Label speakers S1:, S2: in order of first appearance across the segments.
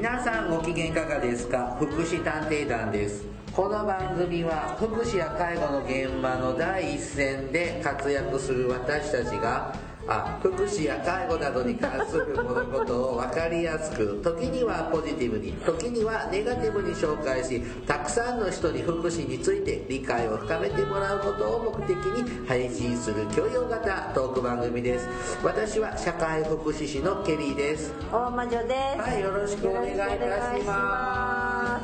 S1: 皆さんご機嫌いかがですか？福祉探偵団です。この番組は福祉や介護の現場の第一線で活躍する私たちが福祉や介護などに関する物事を分かりやすく、時にはポジティブに、時にはネガティブに紹介し、たくさんの人に福祉について理解を深めてもらうことを目的に配信する教養型トーク番組です。私は社会福祉士のケリーです。
S2: 大魔女です。
S1: はい、よろしくお願いいたします。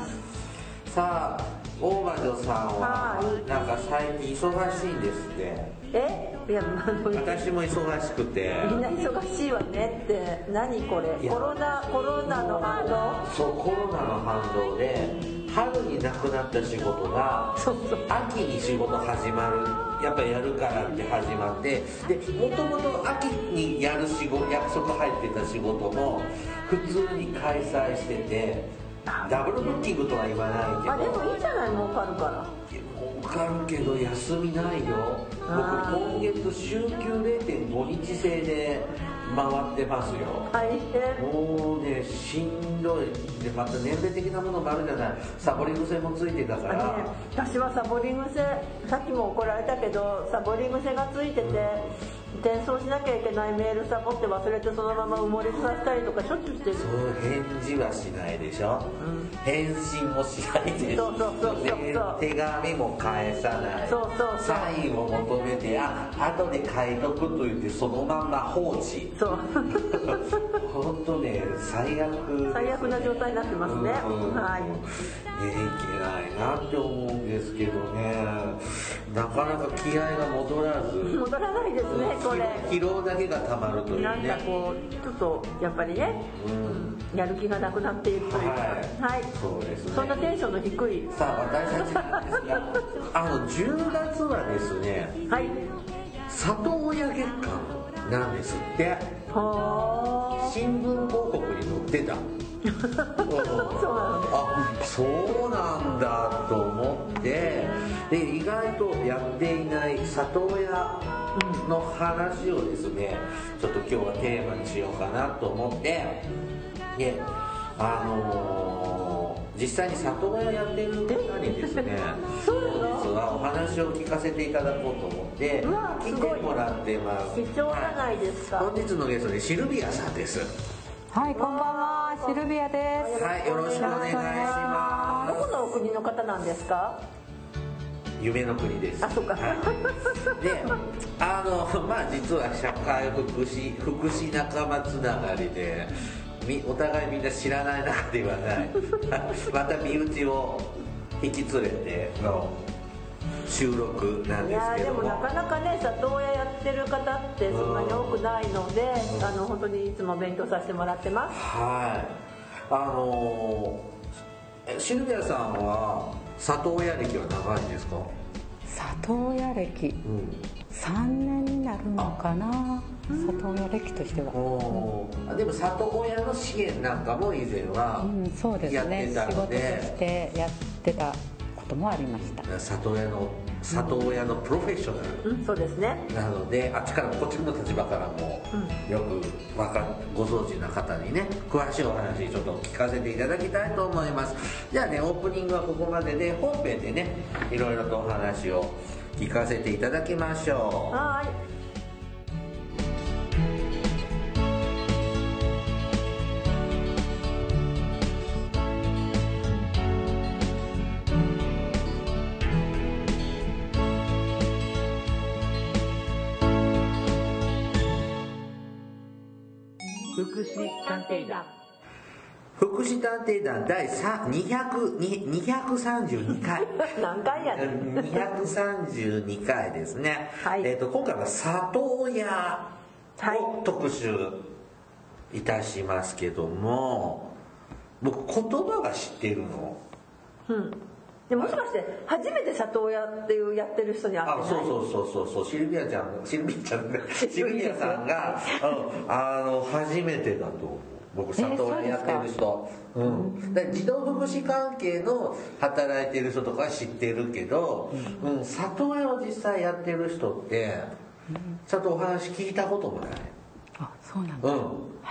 S1: さあ、大魔女さんはなんか最近忙しいんですって。
S2: いや、
S1: 私も忙しくて。
S2: みんな忙しいわねって。何これ、コロナの反動。
S1: そう、コロナの反動で春になくなった仕事が秋に仕事始まる、やっぱやるからって始まって、でもともと秋にやる仕事、約束入ってた仕事も普通に開催してて、ダブルブッキングとは言わないけど、
S2: でもいいじゃない、儲かるから。
S1: 儲かるけど休みないよ。僕今月週休 0.5 日制で回ってますよ。
S2: 大変。
S1: もうね、しんどい。でまた年齢的なものもあるじゃない。サボり癖もついてたから、
S2: 私はサボり癖、さっきも怒られたけどサボり癖がついてて、転送しなきゃいけないメールサボって忘れてそのまま埋もれさせたりとかしょっちゅうしてる。
S1: そう返事はしないでしょ、返信もしないでしょ、手紙も返さない、サインを求めて後で書いとくと言ってそのまま放置。そう本当ね、最悪
S2: な状態になってますね。はい。
S1: いけないなって思うんですけどね、なかなか気合が戻ら
S2: ないですね。これ
S1: 疲労だけがたまるというね、
S2: なんかこうちょっとやっぱりね、やる気がなくなっているというか、はい、そうですね。そんなテンションの低い
S1: さあ私たちなんですが10月はですね、はい、里親月間なんですって。新聞広告に載ってたそうなんだと思って、で意外とやっていない里親の話をですね、ちょっと今日はテーマにしようかなと思って、で実際に里親やってる方にですね本日はお話を聞かせていただこうと思って来てもらってます。
S2: 貴重じゃないですか。
S1: 本日のゲストでシルビアさんです。
S3: はい、こんばんは、シルビアです。
S1: はい、よろしくお願いします。
S2: どこのお国の方なんですか？
S1: 夢の国です。
S2: そうか。
S1: で、実は社会福祉仲間つながりで、お互いみんな知らない中ではないまた身内を引き連れての収録なんですけども、
S2: でもなかなかね、里親やってる方ってそんなに多くないので、本当にいつも勉強させてもらってます。
S1: はい。シルビアさんは里親歴は長いんですか？
S3: 里親歴、3年になるのかな、里親歴としては。
S1: でも里親の支援なんかも以前は
S3: そうですね、仕事としてやってたこともありました。
S1: 里親のプロフェッショナル、
S2: そうですね。
S1: なのであっちからこっちの立場からもよくご存知な方にね、詳しいお話ちょっと聞かせていただきたいと思います。じゃあね、オープニングはここまでで、本編でねいろいろとお話を聞かせていただきましょう。
S2: はい。
S1: 福祉探偵団。福祉探偵団第232回
S2: 何回やねん
S1: 232回ですね、
S2: はい。
S1: 今回は里親を特集いたしますけども、僕言葉は知っているの？
S2: でもしかして初めて里親っていうやってる人に会ってない？
S1: そうシルビアさんが初めてだと思う。僕里親やってる人、児童福祉関係の働いてる人とかは知ってるけど、里親を実際やってる人ってちゃんとお話聞いたこともない。
S3: そうなんだ。はい。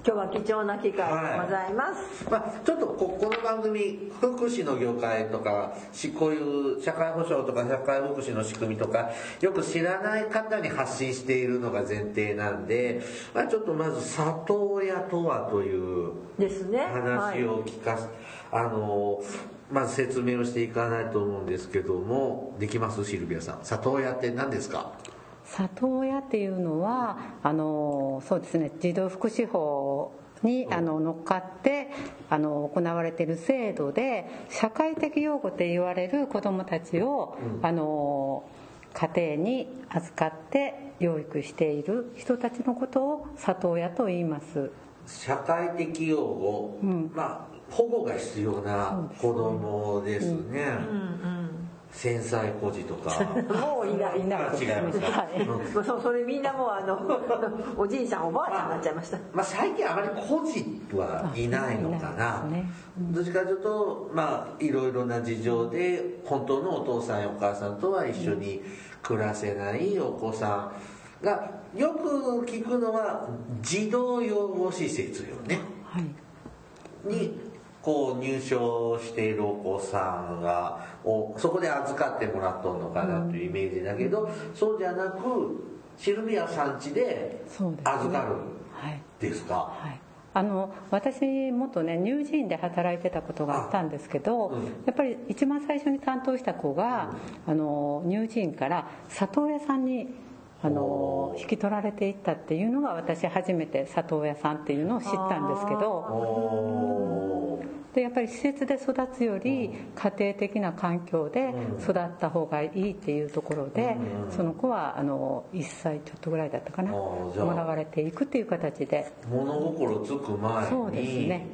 S2: 今日は貴重な機会でございます、
S1: ちょっとこの番組福祉の業界とかこういう社会保障とか社会福祉の仕組みとかよく知らない方に発信しているのが前提なんで、ちょっとまず里親とはという話を聞かせ、まず説明をしていかないと思うんですけども、できます？シルビアさん、里親って何ですか？
S3: 里親っていうのはそうですね、児童福祉法に乗っかって行われている制度で、社会的養護と言われる子どもたちを、家庭に預かって養育している人たちのことを里親と言います。
S1: 社会的養護、保護が必要な子どもですね。戦災孤児とか
S2: もういない
S1: 違いますか？
S2: それみんなもうおじいさんおばあちゃんになっちゃいました。
S1: 最近あまり孤児はいないのかな。どっちかというといろいろな事情で本当のお父さんやお母さんとは一緒に暮らせないお子さんがよく聞くのは児童養護施設よね、に入所しているお子さんがそこで預かってもらっとんのかなというイメージだけど、そうじゃなくシルビアさん家で預かるんですか？
S3: 私元ね乳児院で働いてたことがあったんですけど、やっぱり一番最初に担当した子が乳児院から里親さんに引き取られていったっていうのが、私初めて里親さんっていうのを知ったんですけど、でやっぱり施設で育つより家庭的な環境で育った方がいいっていうところで、その子は1歳ちょっとぐらいだったかな、もらわれていくっていう形で。
S1: 物心つく前に。
S3: そうですね、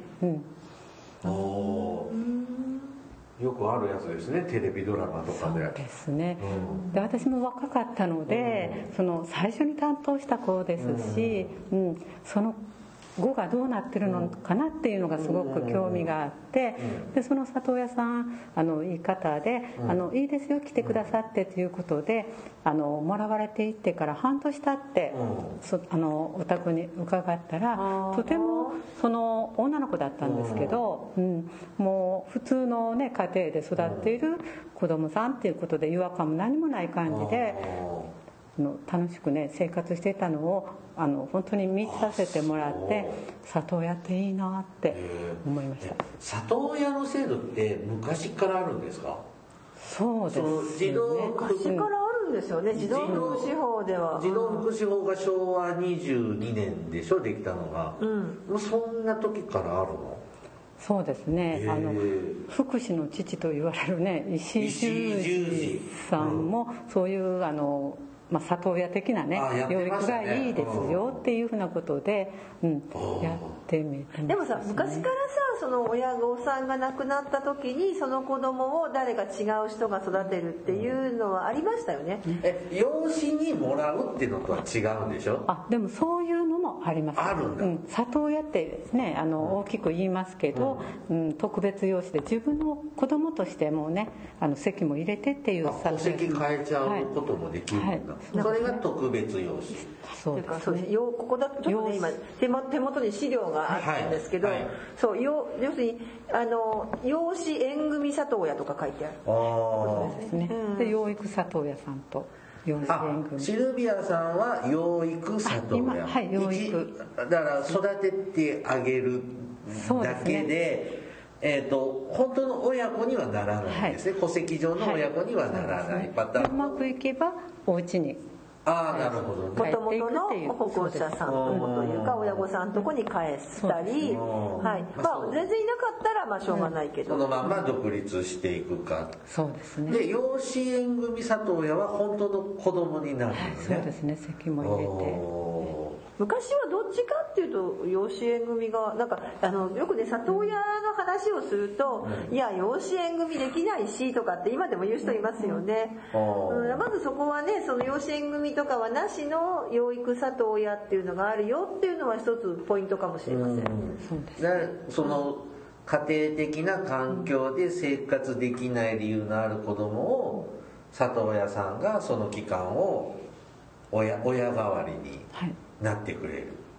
S1: よくあるやつですね、テレビドラマとかで。
S3: そうですね、で私も若かったので、最初に担当した子ですし、その後がどうなってるのかなっていうのがすごく興味があって、でその里親さんいい方で、いいですよ来てくださってということでもらわれていってから半年経って、お宅に伺ったら、とてもその女の子だったんですけど、もう普通のね家庭で育っている子供さんっていうことで違和感も何もない感じで楽しくね生活してたのを本当に見させてもらって、里親っていいなって思いました。
S1: 里親の制度って昔からあるんですか？
S3: そうですね、
S2: 昔からあるんですよね。児童福祉法では
S1: 児童福祉法が昭和22年でしょ、できたのが。もうそんな時からあるの？
S3: そうですね、福祉の父と言われるね石井十二さんもそういう里親的なね養育がいいですよっていうふうなことで、やってみて。
S2: でもさ、昔からさ、その親御さんが亡くなった時にその子供を誰か違う人が育てるっていうのはありましたよね。
S1: 養子にもらうっていうのとは違うんでしょ？
S3: でもそういうのもあります。
S1: あるんだ。
S3: 里親ってね大きく言いますけど、特別養子で自分の子供としてもね籍も入れてっていう
S1: 里親。戸籍変えちゃうこともできるんだ。それが特別養子。
S3: そうですね。
S2: ここだとちょっとね今手元に資料があったんですけど、そう要するに養子縁組里親とか書いてある。
S3: そうですね。で養育里親さんと養子縁組。
S1: シルビアさんは養育里親。
S3: はい、養育。
S1: だから育ててあげるだけで。本当の親子にはならないんですね、戸籍上の親子にはならないパターン。
S3: うまくいけばお家に
S1: なるほどね。
S2: もともとの保護者さんとこというか親御さんとこに返したり、全然いなかったらしょうがないけど、
S1: そのまま独立していくか。
S3: そうですね。
S1: で養子縁組里親は本当の子供になるんですね。
S3: そうですね、籍も入れて。
S2: 昔はどっちかっていうと養子縁組がよくね里親の話をすると、いや養子縁組できないしとかって今でも言う人いますよね。まずそこはね、その養子縁組とかはなしの養育里親っていうのがあるよっていうのは一つポイントかもしれません。
S1: その家庭的な環境で生活できない理由のある子供を里親さんがその期間を親代わりになってくれる。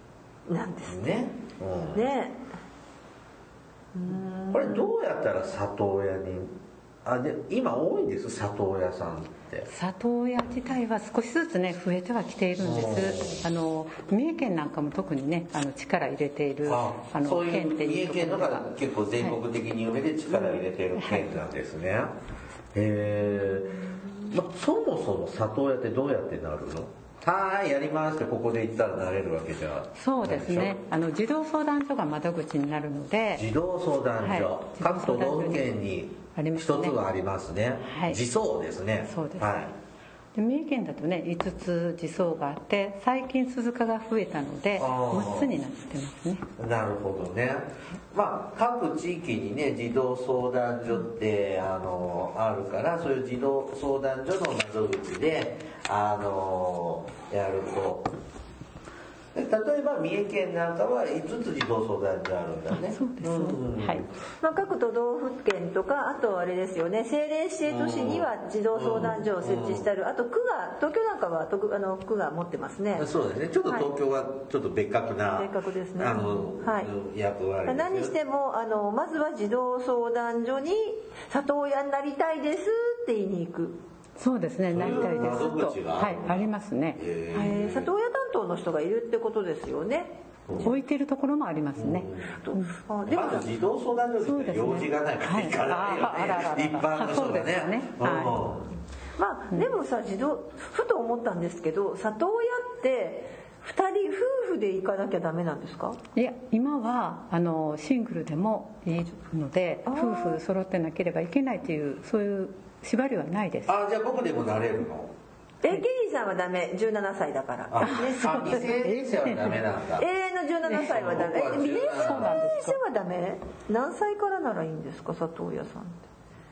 S2: なんです
S1: ね。
S2: ね。
S1: これどうやったら里親にで今多いんです里親さんって。
S3: 里親自体は少しずつね増えてはきているんです。三重県なんかも特にね力入れている
S1: そういう
S3: 県っていうところ
S1: 三重県のが結構全国的に上で力入れている県なんですね。そもそも里親ってどうやってなるの？はいやりますってここで言ったらなれるわけじゃないでしょ。
S3: そうですね。児童相談所が窓口になるので。
S1: 児童相談所、各都道府県に一つはありますね。児相ですね。
S3: そうです。で三重県だとね5つ児相があって最近鈴鹿が増えたので6つになってますね。
S1: なるほどね。各地域にね児童相談所ってあるからそういう児童相談所の窓口でやると。例えば三重県なんかは5つ児童相談所あるんだね。
S3: そうです、はい。
S2: 各都道府県とかあとあれですよね政令指定都市には児童相談所を設置してある。あと東京なんかは区が持ってますね。
S1: そうですね。ちょっと東京はちょっと別格な、
S2: 別格ですね。
S1: 役割です。
S2: 何してもまずは児童相談所に里親になりたいですって言いに行く。
S3: そうですね、なりたいですと、ありますね。
S2: 里親担当の人がいるってことですよね。
S3: 置いてるところもありますね。
S1: でも児童相談所って用事がないから行かないよね。一般の人がね。
S2: でもさふと思ったんですけど里親って2人夫婦で行かなきゃダメなんですか？
S3: いや今はシングルでもいいので夫婦揃ってなければいけないというそういう縛りはないです。
S1: じゃあ僕でもなれるの？
S2: ケリーさんはダメ。17歳だから。
S1: 未成年者はダメなんだ。
S2: 永遠の17歳はダメ。未成年者はダメ？何歳からならいいんですか里親さんって？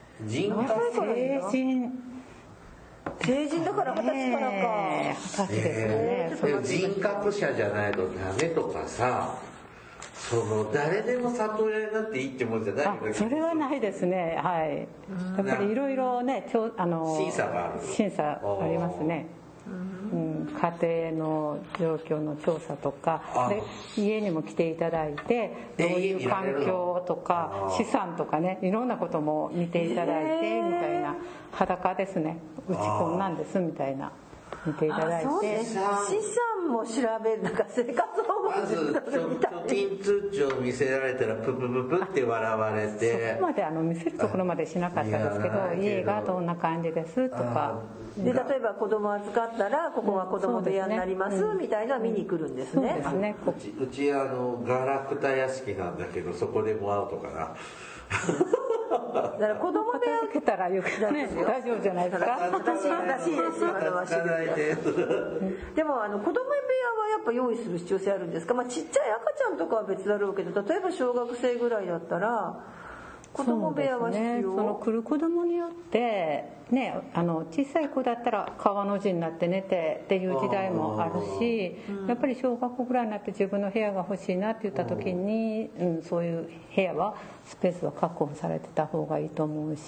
S2: 成人だから20歳からか。
S3: 20歳ですね。
S1: 人格者じゃないとダメとかさ。誰でも里親になっていいってもんじゃないよね。
S3: それはないですね。はい。やっぱりいろいろね、
S1: 審査がある。
S3: 審査ありますね。家庭の状況の調査とかで家にも来ていただいてどういう環境とか資産とかねいろんなことも見ていただいてみたいな裸ですねうちこんなんですみたいな見ていただいて
S2: 資産も調べるなんか生活保護
S1: まず貯金通帳見せられたらププププって笑われて
S3: そこまで見せるところまでしなかったですけど家がどんな感じですとか
S2: で例えば子供預かったらここが子供部屋になりますみたいな見に来るんですね。
S1: うちガラクタ屋敷なんだけどそこでもアウトかな。
S2: だから子供部屋
S3: 受けたらよくね大丈夫じゃないですか。
S2: らしいですでも子供部屋はやっぱ用意する必要性あるんですか？ちっちゃい赤ちゃんとかは別だろうけど例えば小学生ぐらいだったら子供部屋は必要。
S3: 来る子供によってね小さい子だったら川の字になって寝てっていう時代もあるしやっぱり小学校ぐらいになって自分の部屋が欲しいなって言った時にそういう部屋はスペースは確保されてた方がいいと思うし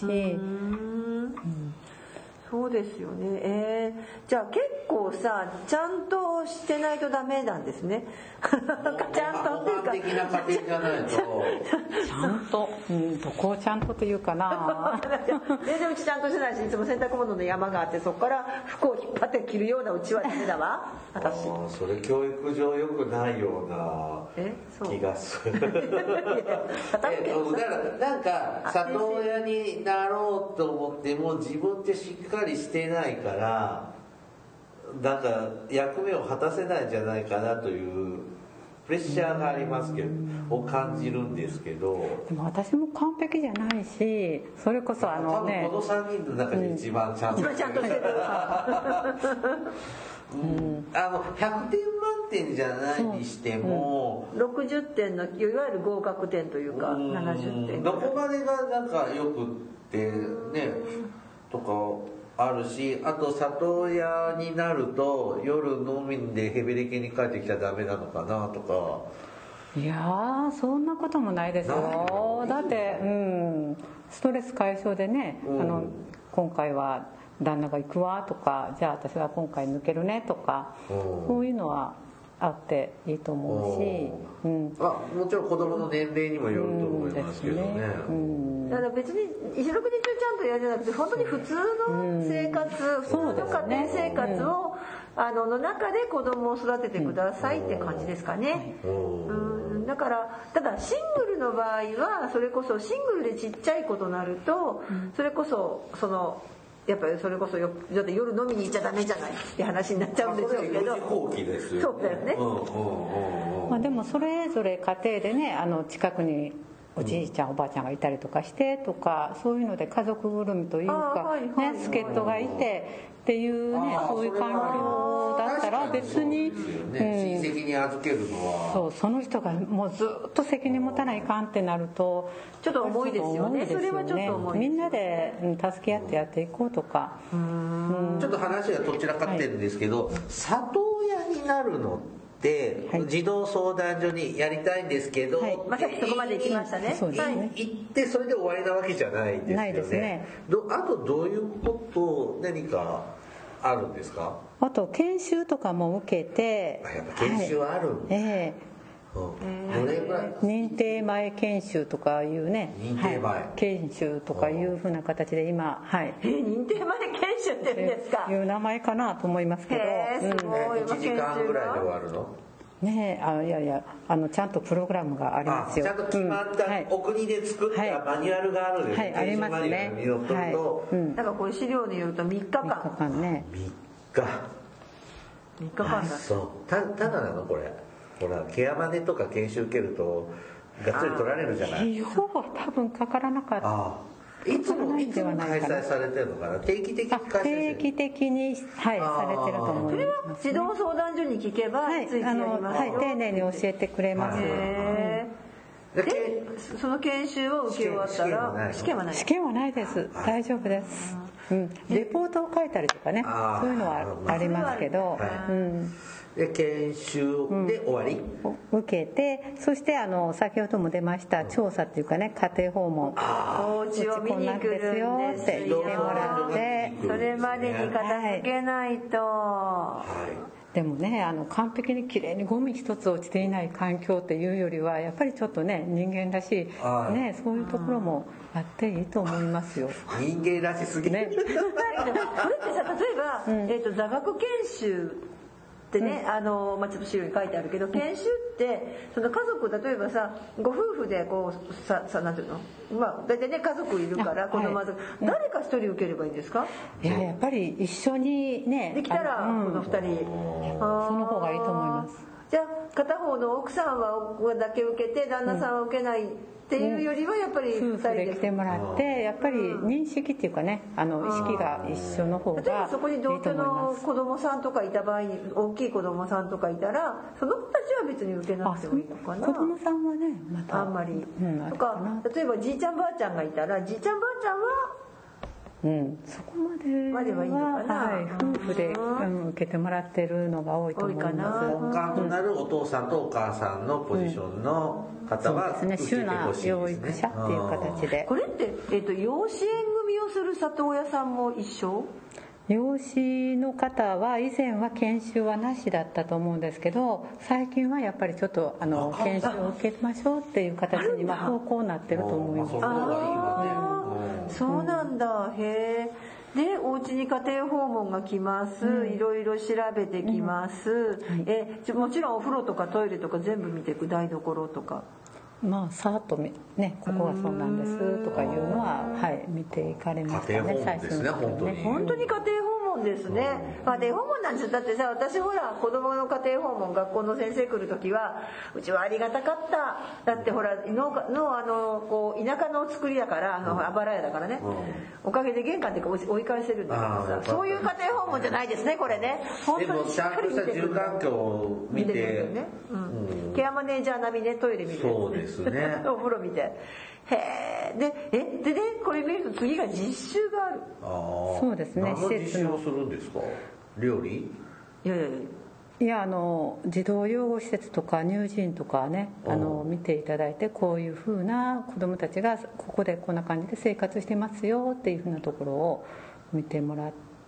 S2: そうですよね。じゃあ結構さちゃんとしてないとダメなんですね。ちゃんとっていうか
S1: 的な家庭じゃないと
S3: ちゃんと、どこをちゃんとというかな
S2: 全然うちちゃんとしてないしいつも洗濯物の山があってそこから服を引っ張って着るようなうちはダメだわ私。
S1: それ教育上良くないような気がする。だからなんか里親になろうと思っても自分ってしっかりしてないからなんか役目を果たせないんじゃないかなというプレッシャーがありますけどを感じるんですけど
S3: でも私も完璧じゃないしそれこそ
S1: 多分この3人の中で一番ちゃんとしてる100点満点じゃないにしても、
S2: 60点のいわゆる合格点というか70点
S1: どこまでがなんかよくってねとかあるしあと里親になると夜飲みでヘベレケに帰ってきちゃダメなのかなとか
S3: いやそんなこともないですよだってストレス解消でね今回は旦那が行くわとかじゃあ私は今回抜けるねとかそういうのはあっていいと思うし、
S1: もちろん子供の年齢にもよると思いますけどね。
S2: だから別に一六時中ちゃんとやるんじゃなくて、本当に普通の生活、普通の家庭生活をの中で子供を育ててくださいって感じですかね。だからただシングルの場合はそれこそシングルでちっちゃい子となると、それこそやっぱりそれこそだって夜飲みに行っちゃダメじゃないって話になっちゃうんでしょうけど、そうだよね。
S3: でもそれぞれ家庭でね、近くにおじいちゃんおばあちゃんがいたりとかしてとか、そういうので家族ぐるみというかね、助っ人がいてっていうね、そういう環境だったら別に
S1: 親戚に預けるのは
S3: その人がもうずっと責任持たないかんってなると
S2: ちょっと重いですよね。それはちょっと重い。
S3: みんなで助け合ってやっていこうとか。
S1: ちょっと話がどちらかってるんですけど、里親になるのって児童相談所にやりたいんですけど、
S2: まさきそこまで行きましたね。
S1: 行ってそれで終わりなわけじゃないですよね。
S3: ないですね。
S1: あとどういうこと何かあるんですか？
S3: あと研修とかも受けて、
S1: やっぱ研修はあるんです。どれぐらい？
S3: 認定前研修とかいうね、
S1: 認定前、
S3: 研修とかいうふうな形で今、
S2: 認定前研修って言うんですか？
S3: いう名前かなと思いますけど、
S2: すごい。
S1: 1時間ぐらいで終わるの？
S3: ねえ、いやいや、ちゃんとプログラムがありますよ。
S1: ちゃんと決まった、お国で作ったマニュアルがあるんですね。
S3: ありますね。
S2: だからこれ資料によると3日間。
S3: 3日間ね。
S2: 3日間だ。
S1: そう。ただなのこれ。ほらケアマネとか研修受けるとがっつり取られるじゃない。
S3: 費用は多分かからなかった。
S1: いつも開催されてるのかな。定期的に開催されてる。
S3: 定期的にされてると思います。
S2: それは児童相談所に聞けばついてやりますよ。
S3: 丁寧に教えてくれます。
S2: でその研修を受け終わったら試験はない。
S3: 試験はないです。大丈夫です。レポートを書いたりとかね、そういうのはありますけど。
S1: で研修で終わり、
S3: 受けて、そして先ほども出ました調査っていうかね、家庭訪問、
S2: お家を見に来るんですよ
S3: って言ってもらって、
S2: それまでに片付けないと、
S3: でもね、完璧にきれいにゴミ一つ落ちていない環境っていうよりはやっぱりちょっとね、人間らしい、ね、そういうところもあっていいと思いますよ。
S1: 人間らしすぎね。
S2: これってさ、例えば、座学研修ってね、ちょっと資料に書いてあるけど、研修ってその家族、例えばさ、ご夫婦でこうなんていうの、大体ね家族いるから子供は誰か一人受ければいいんですか？
S3: いや、やっぱり一緒にね
S2: できたらこの2人、
S3: その方がいいと思います。
S2: じゃあ片方の奥さんはだけ受けて旦那さんは受けないっていうよりは、やっぱり
S3: 夫婦で来てもらって、やっぱり認識っていうかね、意識が一緒の方がいいと思います。
S2: 例えばそこに同居の子供さんとかいた場合に、大きい子供さんとかいたら、その子たちは別に受けなくてもいいのかな。
S3: 子供さんはね、また
S2: あんまり、とか、例えばじいちゃんばあちゃんがいたら、じいちゃんばあちゃんは
S3: そこまでは夫婦で受けてもらってるのが多いと思います。
S1: 根幹となるお父さんとお母さんのポジションの方は受けてほしいですね。
S3: 主な養育者っていう形で。
S2: これって、養子縁組をする里親さんも一緒？
S3: 養子の方は以前は研修はなしだったと思うんですけど、最近はやっぱりちょっと研修を受けましょうっていう形に方向になってると思います。
S2: そうなんだ。へえ。で、お家に家庭訪問が来ます、いろいろ調べてきます、もちろんお風呂とかトイレとか全部見ていく、台所とか、
S3: さーっとね、ここはそうなんですとかいうのは、見ていかれましたね。
S1: 最初ね、
S2: 本当に家庭訪問ですね。家庭訪問なんですよ。だってさ、私ほら子供の家庭訪問、学校の先生来る時はうちはありがたかった。だってほらこう田舎の作りだから、あばら屋だからね、おかげで玄関で追い返せるんだからさ、そういう家庭訪問じゃないですね、これね。本当にしっかり見てくる。
S1: でもちゃんとした住環境を見て、
S2: ケアマネージャー並みね、トイレ見て、
S1: そうですね。
S2: お風呂見て、へえ。でね、これ見ると次が実習がある。
S3: そうですね。
S1: 何の実習をするんですか？料理？
S3: いや、児童養護施設とか乳児院とかね、見ていただいて、こういうふうな子どもたちがここでこんな感じで生活してますよっていうふうなところを見てもらっ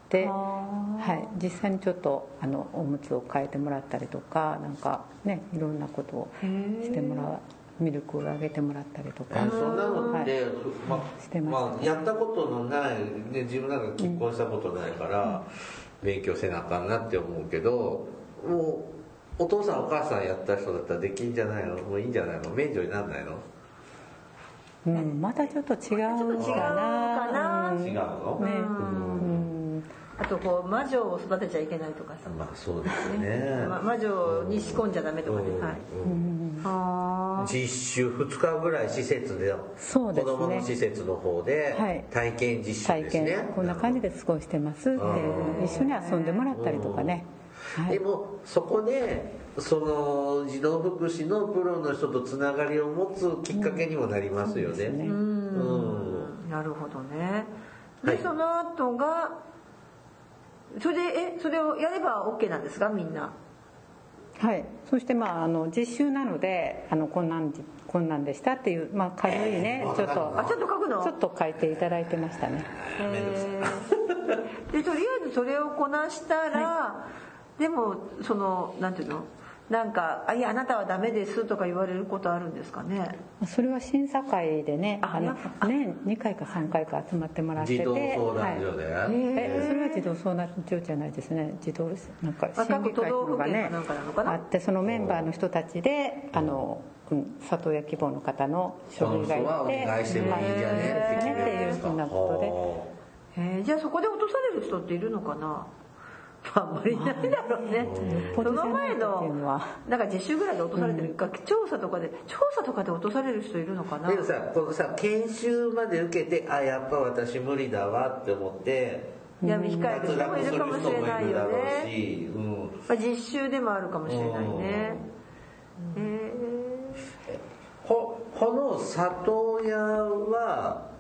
S3: で、はい、実際にちょっとおむつを変えてもらったりとか、なんかね、いろんなことをしてもらう、ミルクをあげてもらったりとか、
S1: そんなのって、
S3: はい、してました。
S1: やったことのない、ね、自分なんか結婚したことないから、勉強せなあかんなって思うけど、もうお父さんお母さんやった人だったらできんじゃないの、もういいんじゃないの、免除になんないの？
S3: またちょっと違うかな。
S1: 違うの？
S3: ね。
S2: あとこう魔女を育てちゃいけないとかさ。
S1: まあそうですね。
S2: 魔女に仕込んじゃダメとかね。はい。
S1: 実習2日ぐらい施設で、子供の施設の方で体験実習ですね。
S3: こんな感じで過ごしてますって一緒に遊んでもらったりとかね。
S1: でもそこでその児童福祉のプロの人とつながりを持つきっかけにもなりますよね。
S2: なるほどね。でその後がそれをやれば OK なんですか、みんな？
S3: はい。そして実習なのでこんなんでしたっていう、軽いね、ちょっと
S2: 書くの？
S3: ちょっと書いていただいてましたね。
S2: でとりあえずそれをこなしたら、でもそのなんていうの、なんかいやあなたはダメですとか言われることあるんですかね？
S3: それは審査会でね、年2回か3回か集まってもらってて、
S1: 児童相談所で、
S3: それは児童相談所じゃないですね、児童なんか審議会とかねあって、そのメンバーの人たちで里親希望の方の書類がいて、
S1: お願いしてもいいんじゃね
S3: っていうふうなこと
S2: で、じゃあそこで落とされる人っているのかな？あんまりいないだろうね。その前のなんか実習ぐらいで落とされてるか、調査とかで落とされる人いるのかな？
S1: でもさ、このさ研修まで受けて、やっぱ私無理だわって思って
S2: 闇控える人もいるかもしれないよね。実習でもあるかもしれないね。
S1: この里親は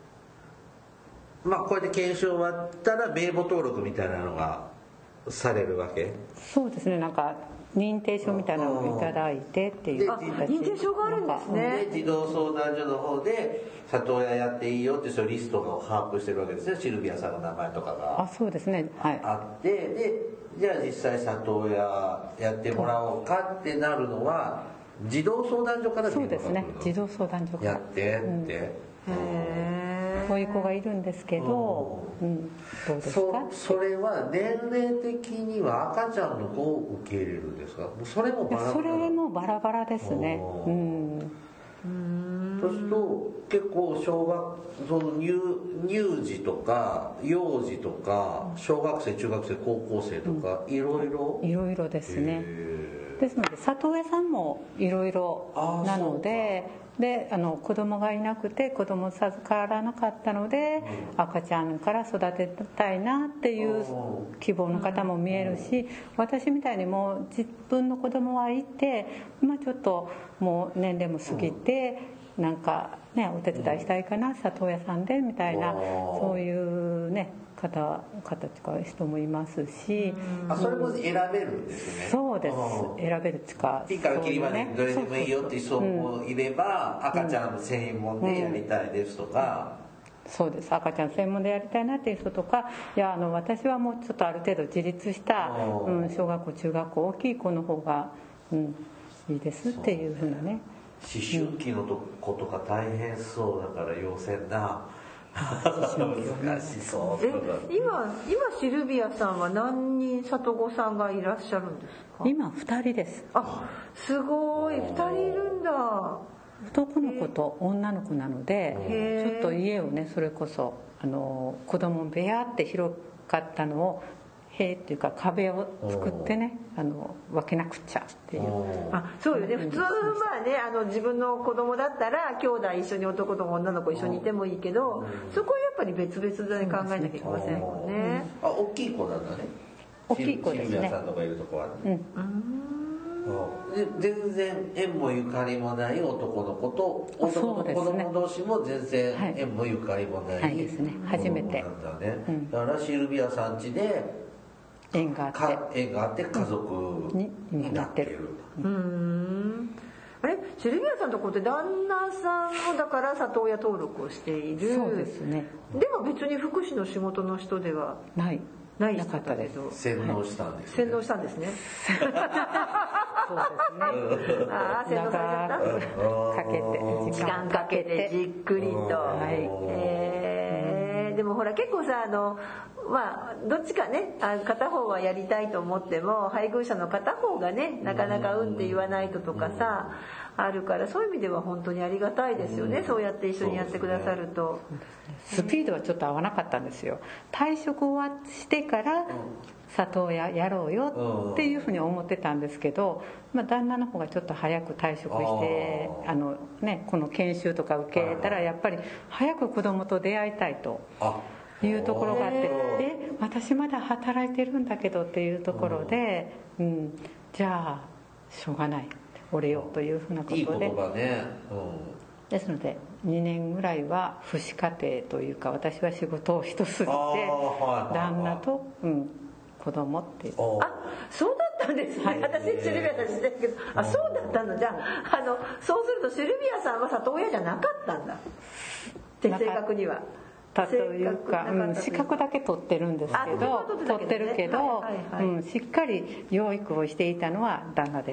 S1: こうやって研修終わったら名簿登録みたいなのがされるわけ？
S3: そうですね、なんか認定証みたいなのをいただいてっていう。
S2: 認定証があるんですね。
S1: で児童相談所の方で里親やっていいよってそういうリストを把握してるわけですね、シルビアさんの名前とかが。
S3: そうですね、はい、
S1: あって、でじゃあ実際里親やってもらおうかってなるのは児童相談所から
S3: そうですね、児童相談所から
S1: やってって、
S3: こういう子がいるんですけど、どうですか？
S1: それは年齢的には赤ちゃんの子を受け入れるんですか？それもバラバラ？
S3: それもバラバラですね。
S1: そうすると結構その乳児とか幼児とか小学生中学生高校生とかいろいろ
S3: ですね。ですので里親さんもいろいろなので、子供がいなくて子供授からなかったので、赤ちゃんから育てたいなっていう希望の方も見えるし、私みたいにもう自分の子供はいて、ちょっともう年齢も過ぎて、なんかねお手伝いしたいかな、里親さんでみたいな、そういうね方とか人もいますし、
S1: それも選べるんですね。
S3: そうです、選べるっていうか、
S1: ピからキリまでどれでもいいよっていう人もいれば、赤ちゃん専門でやりたいですとか、
S3: そうです、赤ちゃん専門でやりたいなっていう人とか、いや私はもうちょっとある程度自立した、小学校中学校大きい子の方が、いいですっていうふうなね。
S1: 思春期の子とか大変そうだから要請な。難しそう。
S2: 今シルビアさんは何人里子さんがいらっしゃるんですか？
S3: 今2人です。
S2: すごい、2人いるんだ。
S3: 男の子と女の子なので、ちょっと家をね、それこそ子供部屋って広かったのを塀っていうか壁を作ってね、分けなくちゃっていう。
S2: そうよね。普通自分の子供だったら兄弟一緒に男と女の子一緒にいてもいいけど、そこはやっぱり別々で考えなきゃいけませんもんね。
S1: 大きい子なんだね。
S3: 大きい子ですね。
S1: シルビアさんとかいるとこはね。全然縁もゆかりもない男の子と男の子供同士も全然縁もゆかりもない
S3: ですね。初めて。
S1: だからシルビアさん家で
S3: 縁が
S1: あって家族になってる。
S2: シルビアさんとこって旦那さんもだから里親登録をしている。
S3: そうですね。
S2: でも別に福祉の仕事の人では
S3: ない
S2: ない
S3: なかったです。
S1: 洗脳したんです、
S2: 洗脳したんですね。
S3: そうですね。
S2: ああ、洗脳されちゃった。時間かけてじっくりと。
S3: はい。
S2: でもほら結構さまあどっちかね片方はやりたいと思っても配偶者の片方がねなかなかって言わないととかさあるからそういう意味では本当にありがたいですよね。そうやって一緒にやってくださると。
S3: スピードはちょっと合わなかったんですよ。退職終わしてから里親やろうよっていうふうに思ってたんですけど、まあ、旦那の方がちょっと早く退職してこの研修とか受けたらやっぱり早く子供と出会いたいというところがあって私まだ働いてるんだけどっていうところで、じゃあしょうがない折れようというふうなことで、
S1: いい言葉ね、
S3: ですので2年ぐらいは父子家庭というか私は仕事を一筋で旦那と、子供っていう。
S2: あ、そうだったんですね、はい、私シルビアさん知ってるけどそうだったの。じゃあそうするとシルビアさんは里親じゃなかったんだ正確には。
S3: というか、資格だけ取ってるんですけど取ってるけど、しっかり養育をしていたのは旦那です。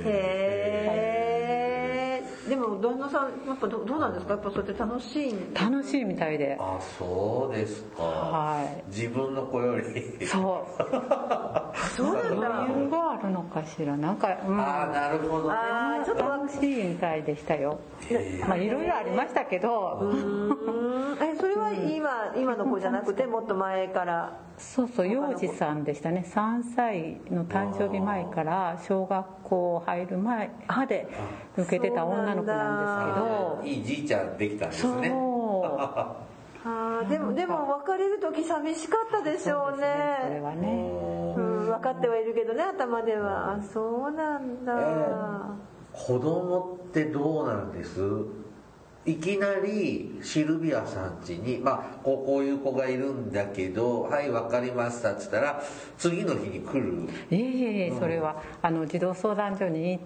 S2: でも旦那さんやっぱどうなんですか。やっぱそうやって楽しい
S3: みたいで。
S1: あ、そうですか。はい。自分の子より。
S3: そうなんだ。理由があるのかしら。なんか、
S1: なるほどね。
S3: ちょっと楽しいみたいでしたよ。まあいろいろありましたけど。
S2: それは今の子じゃなくてもっと前から。
S3: そう幼児さんでしたね。3歳の誕生日前から小学校入る前まで受けてた女の子なんですけど、
S1: いいじいちゃんできたんですね。
S2: でも別れる時寂しかったでしょうね。
S3: それはね、
S2: 分かってはいるけどね頭では。そうなんだ。
S1: 子供ってどうなんです？いきなりシルビアさん家に、こういう子がいるんだけど、はい分かりましたって言ったら次の日に来る？
S3: それは児童相談所に行って、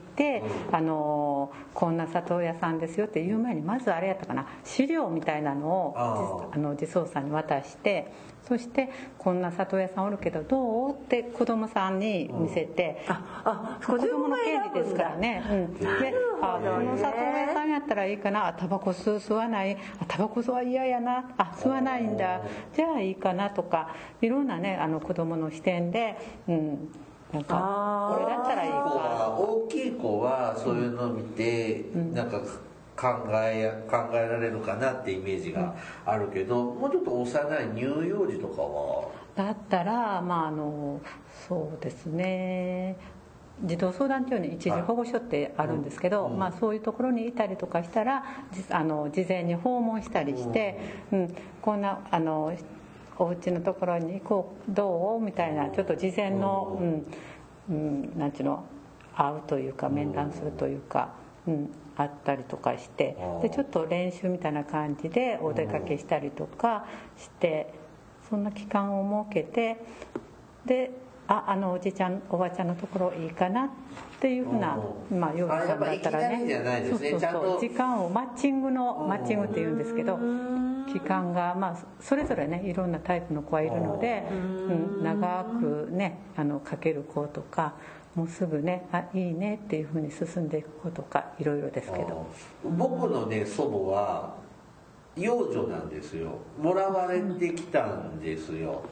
S3: こんな里親さんですよって言う前にまずあれやったかな、資料みたいなのを児相さんに渡して、そしてこんな里親さんおるけどどうって子供さんに見せて、子供の権利ですからね。で、この里親さんやったらいいかな、タバコ吸わない、タバコは嫌やな、吸わないんだ、じゃあいいかなとか、いろんなね子供の視点で、なんかこれだったらいいか。
S1: 大きい子はそういうのを見て、なんか考えられるかなってイメージがあるけど、もうちょっと幼い乳幼児とかは
S3: だったらそうですね、児童相談所に一時保護所ってあるんですけど、そういうところにいたりとかしたら事前に訪問したりして、こんなお家のところに行こうどうみたいな、ちょっと事前の、なんちゅうの、会うというか面談するというか、あったりとかして、でちょっと練習みたいな感じでお出かけしたりとかして、そんな期間を設けて、でおじちゃんおばちゃんのところいいかなっていうふうな、幼児さんだったらね、時間をマッチングっていうんですけど、期間がそれぞれねいろんなタイプの子はいるので、長くねかける子とか、もうすぐねいいねっていうふうに進んでいく子とかいろいろですけど、
S1: 僕のね祖母は養女なんですよ。もらわれてきたんですよ。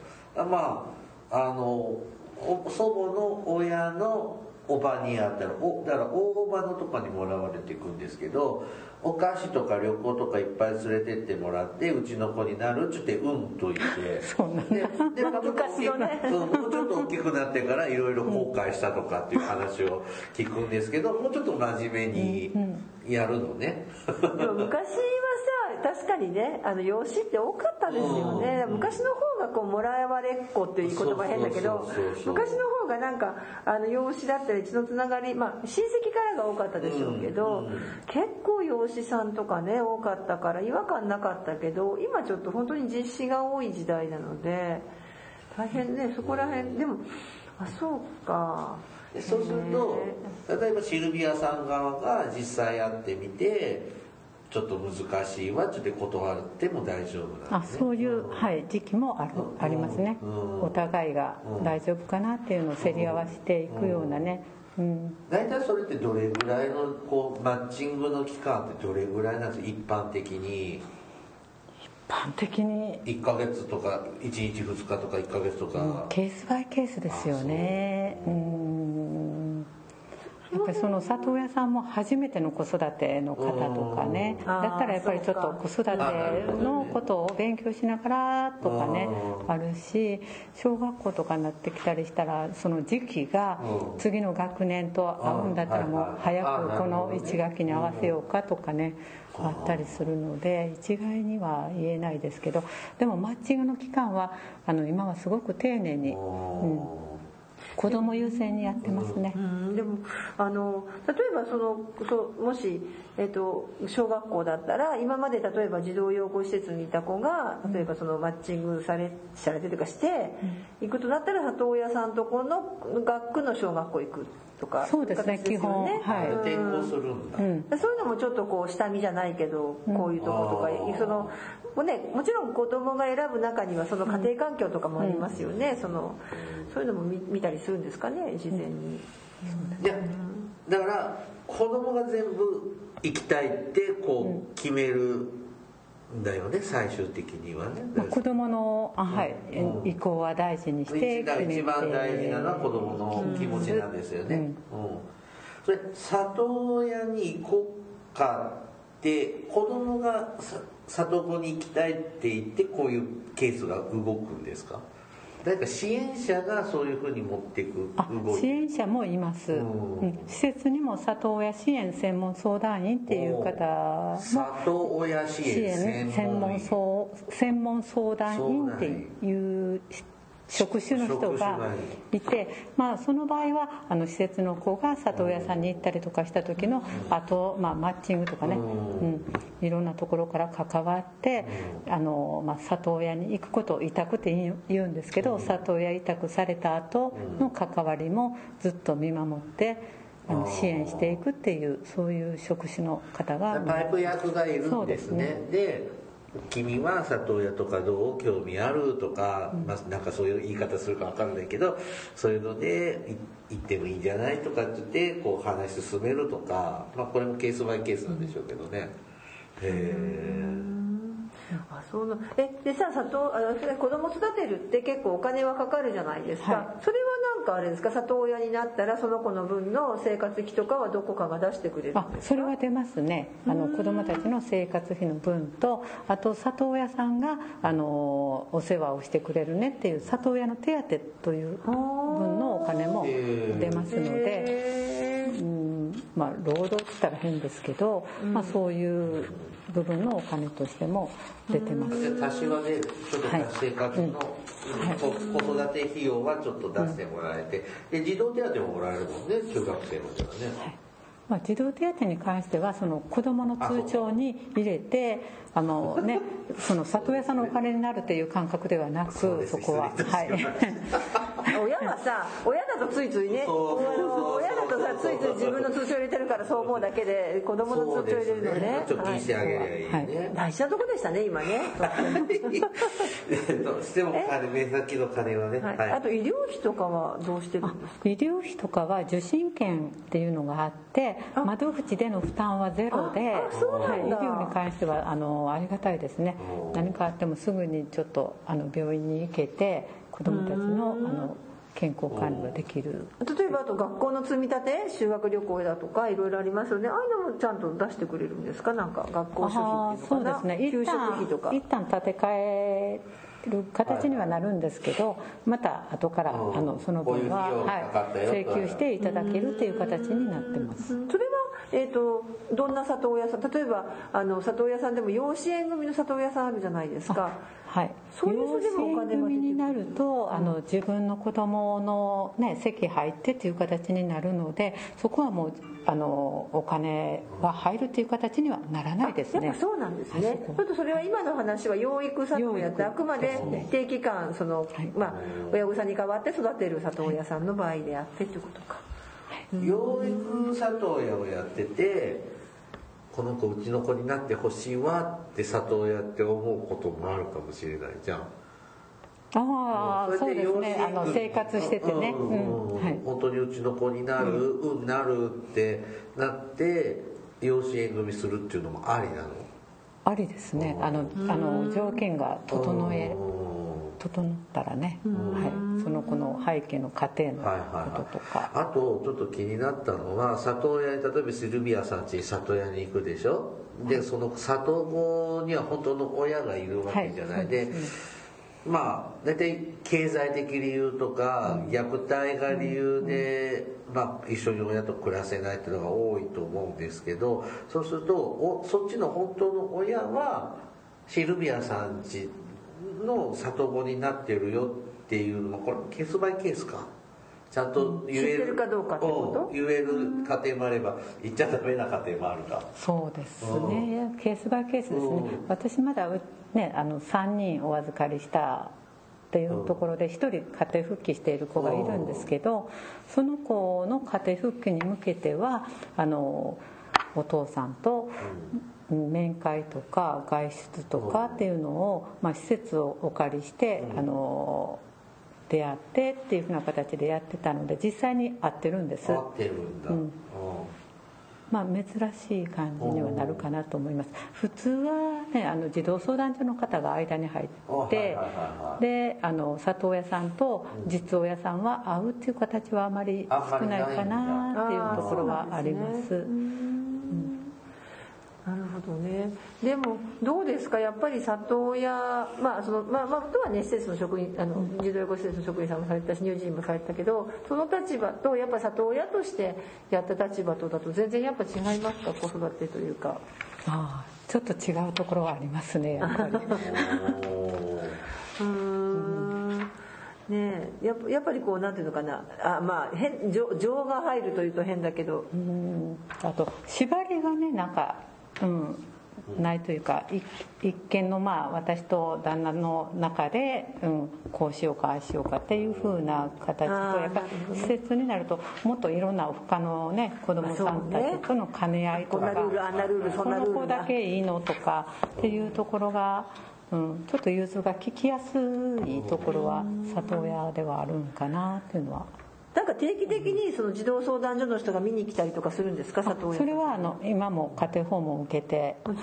S1: 祖母の親のおばにあったらだから大おばのとかにもらわれていくんですけど、お菓子とか旅行とかいっぱい連れてってもらって、うちの子になるっつってと言ってでもうちょっと大きくなってからいろいろ後悔したとかっていう話を聞くんですけど、もうちょっと真面目にやるのね。
S2: でも昔は確かにね養子って多かったですよね。昔の方がもらわれっ子っていう言葉変だけど、昔の方がなんか養子だったり血のつながり、親戚からが多かったでしょうけど、結構養子さんとかね多かったから違和感なかったけど、今ちょっと本当に実子が多い時代なので大変ね、そこら辺でもそうか。
S1: そうすると例えばシルビアさん側が実際会ってみて、 ちょっと難しいわちょっと断っても大丈夫なんですね。
S3: そういう、時期もありますね。お互いが大丈夫かなっていうのを競り合わせていくようなね。
S1: 大体それってどれぐらいのマッチングの期間ってどれぐらいなんですか、一般的に。
S3: 一般的に
S1: 1ヶ月とか1日2日とか1ヶ月とか、
S3: ケースバイケースですよね。やっぱりその里親さんも初めての子育ての方とかね、だったらやっぱりちょっと子育てのことを勉強しながらとかねあるし、小学校とかになってきたりしたらその時期が次の学年と合うんだったらもう早くこの1学期に合わせようかとかねあったりするので一概には言えないですけど、でもマッチングの期間は今はすごく丁寧に、子供優先にやってますね。
S2: でも例えばもし、小学校だったら今まで例えば児童養護施設にいた子が例えばマッチングされてとかして行くとなったら里親さんとこの学区の小学校行くとか。
S3: そうですね、基本
S1: 転校するんだ、
S2: そういうのもちょっと下見じゃないけどこういうとことかもちろん子供が選ぶ中にはその家庭環境とかもありますよね。そういうのも見たりするんですかね、事前に。
S1: いやだから子供が全部行きたいって決めるんだよね、最終的にはね。
S3: 子供の意向は大事にして
S1: 一番大事なのは子供の気持ちなんですよね。それ里親に行こうかって子供が里子に行きたいって言ってこういうケースが動くんですか。誰か支援者がそういうふうに持っていく
S3: 支援者もいます、施設にも里親支援専門相談員っていう方も
S1: 里親支援
S3: 専門相談員っていう職種の人がいて、その場合は施設の子が里親さんに行ったりとかした時のマッチングとかね、いろんなところから関わって里親に行くことを委託って言うんですけど、里親委託された後の関わりもずっと見守って支援していくっていう、そういう職種の方が
S1: パイプ役がいるんですね。で君は里親とかどう興味あるとか、なんかそういう言い方するか分かんないけど、そういうので行ってもいいんじゃないとかって言って話進めるとか、これもケースバイケースなんでしょうけどね。
S2: でさ、子供育てるって結構お金はかかるじゃないですか、それはなんかあれですか、里親になったらその子の分の生活費とかはどこかが出してくれるんですか。
S3: それは出ますね。子供たちの生活費の分と、あと里親さんがお世話をしてくれるねっていう里親の手当という分のお金も出ますので、労働って言ったら変ですけど、そういう部分のお金としても出てます。
S1: 多少はね、ちょっと生活の子育て費用はちょっと出してもらえて、で児童手当ももらえるもんね、中学生まではね。
S3: 児童手当に関してはその子どもの通帳に入れてその里親さんのお金になるという感覚ではなく、そこは
S2: 親はさ、親だとついついね、親だとさついつい自分の通帳入れてるからそう思うだけで、子供の通帳入れるのね、
S1: 貯金してあげりゃいいね。
S2: 大事なとこでしたね今ね。
S1: どうしても目先の金はね。
S2: あと医療費とかはどうしてるんですか。
S3: 医療費とかは受診券っていうのがあって、窓口での負担はゼロで、医療に関してはありがたいですね。何かあってもすぐにちょっと病院に行けて子どもたちの健康管理ができる。
S2: 例えばあと学校の積み立て、修学旅行だとかいろいろありますよね。ああいうのもちゃんと出してくれるんですか。なんか学校諸費っていうのかな。
S3: そうですね、
S2: 給食費とか
S3: 一旦立て替える形にはなるんですけど、また後からその分は請求していただけるっていう形になってます。
S2: それはどんな里親さん、例えば里親さんでも養子縁組の里親さんあるじゃないですか。そういう人でもお金が出てくる。養子縁組になると自分の子供の籍入ってっていう形になるので、そこはもうお金が入るっていう形にはならないですね。 やっぱそうなんですね。ちょっとそれは今の話は養育里親ってあくまで定期間親御さんに代わって育てる里親さんの場合であってっていうことか。
S1: 養育里親をやってて、 この子うちの子になってほしいわって里親って思うこともあるかもしれないじゃん。
S3: ああ、そうですね。生活しててね、
S1: 本当にうちの子になる、なるってなって養子縁組するっていうのもありなの？
S3: ありですね。条件が整ったらね、その子の背景の家庭のこととか、
S1: あとちょっと気になったのは、里親に例えばシルビアさん家に里親に行くでしょ。でその里子には本当の親がいるわけじゃない、でまあ大体経済的理由とか虐待が理由で、一緒に親と暮らせないっていうのが多いと思うんですけど、そうするとそっちの本当の親はシルビアさん家の里子になってるよっていうのも、これケースバイケースか、ちゃんと言えるかどうかってこと、言える家庭もあれば言っちゃダメな家庭もあるか。
S3: そうですね、ケースバイケースですね。私まだね、3人お預かりしたっていうところで1人家庭復帰している子がいるんですけど、その子の家庭復帰に向けてはお父さんと面会とか外出とかっていうのを、施設をお借りして出会ってっていうふうな形でやってたので、実際に会ってるんです。
S1: 会ってるんだ、
S3: 珍しい感じにはなるかなと思います。普通はね、児童相談所の方が間に入って、で里親さんと実親さんは会うっていう形はあまり少ないかなっていうところはあります。
S2: なるほどね。でもどうですか、やっぱり里親、元はね施設の職員、児童養護施設の職員さんもされたし、乳児院もされたけど、その立場とやっぱり里親としてやった立場とだと全然やっぱ違いますか、子育てというか。
S3: ちょっと違うところはありますね、やっぱり。
S2: ねえ、やっぱりこうなんていうのかな、情が入るというと変だけど、
S3: あと縛りがね、なんかないというか、一見の私と旦那の中で、こうしようかああしようかっていう風な形と、やっぱり施設になるともっといろんな他のね子供さんたちとの兼ね合いとか、この子だけいいのとかっていうところが、ちょっと融通が利きやすいところは里親ではあるんかなっていうのは。
S2: なんか定期的にその児童相談所の人が見に来たりとかするんですか、里親。
S3: それは今も家庭訪問を受けて、月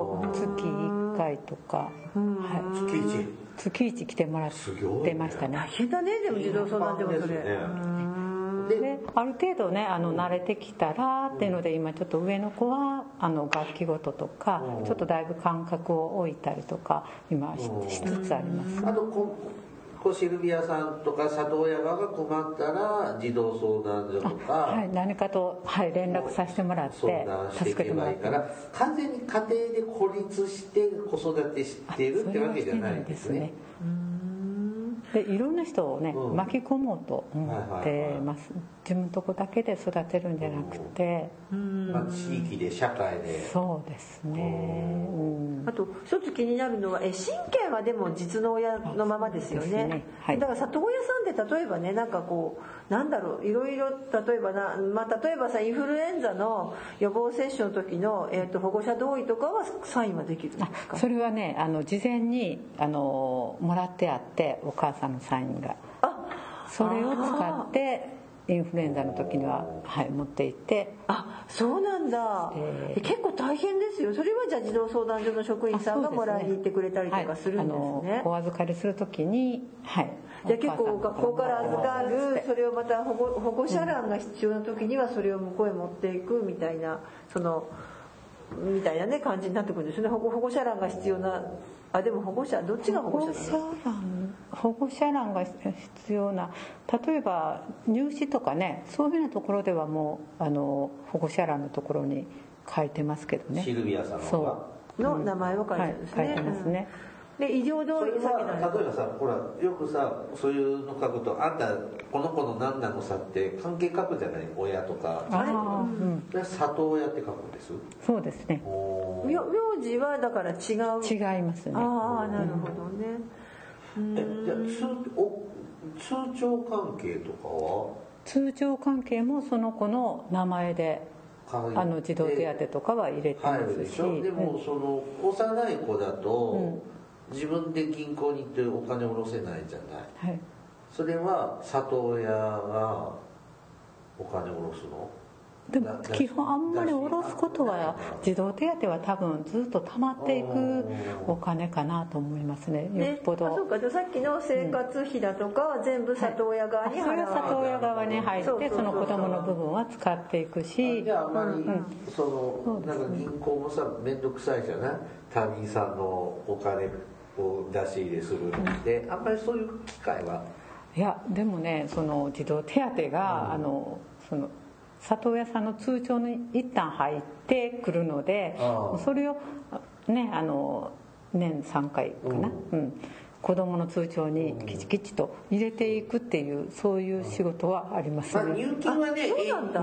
S3: 1回とか、月1来てもらってましたね。
S2: 大変だね、でも児童相談所もそれ。
S3: である程度ね慣れてきたらっていうので、今ちょっと上の子は楽器ごととかちょっとだいぶ間隔を置いたりとか今しつつあります。
S1: あとシルビアさんとか里親側が困ったら児童相談所とか、
S3: 何かと、連絡させてもらって助けてもらって、
S1: 完全に家庭で孤立して子育てしてるってわけじゃないんですね。
S3: でいろんな人をね、巻き込もうと思ってます。自分のとこだけで育てるんじゃなくて、
S1: 地域で社会で。
S3: そうですね。
S2: あと一つ気になるのは親権はでも実の親のままですよね。だから里親さんって例えばね、なんかこうなんだろう、いろいろ例えば例えばさ、インフルエンザの予防接種の時の保護者同意とかはサインはできるんですか？
S3: それはね事前にもらってあって、お母さんのサインが、それを使ってインフルエンザの時には、持って行って。
S2: そうなんだ、結構大変ですよ。それはじゃあ児童相談所の職員さんがもらいに行ってくれたりとかするんですね。
S3: お預かりする時に、
S2: じゃあ結構学校から預かる、それをまた保護者欄が必要な時にはそれを向こうへ持っていくみたいな、みたいなね感じになってくるんですよね。保護者欄が必要な、でも保護者どっちが保護者なの？
S3: 保護者欄が必要な、例えば入試とかね、そういうようなところではもう保護者欄のところに書いてますけどね。
S1: シルビアさん
S2: の名前を書いてるんですね。
S3: 書いてますね。
S2: で異常同意、
S1: 例えばさ、ほらよくさ、そういうの書くと、あんたこの子の何なのさって関係書くじゃない、親とか。里親って書くんです。
S3: そうですね。
S2: 名字はだから違
S3: いますね。
S2: なるほどね。
S1: じゃあ通帳関係とかは？
S3: 通帳関係もその子の名前で児童手当とかは入れてますし。
S1: でもその幼い子だと自分で銀行に行ってお金を下ろせないじゃない、はい、それは里親がお金を下ろすの？
S3: でも基本あんまり下ろすことは、児童手当は多分ずっと溜まっていくお金かなと思いますね。よっぽど。
S2: そうか、じゃあさっきの生活費だとかは全部里親側に
S3: それは里親側に入ってその子供の部分は使っていくし。
S1: じゃああんまりそのなんか銀行もさ面倒くさいじゃない？他人さんのお金を出し入れするので、あんまりそういう機会は。
S3: いやでもね、その児童手当がその里親さんの通帳に一旦入ってくるので、それをね年3回かな、子供の通帳にきちきちと入れていくっていうそういう仕事はありますね。
S1: 入金はね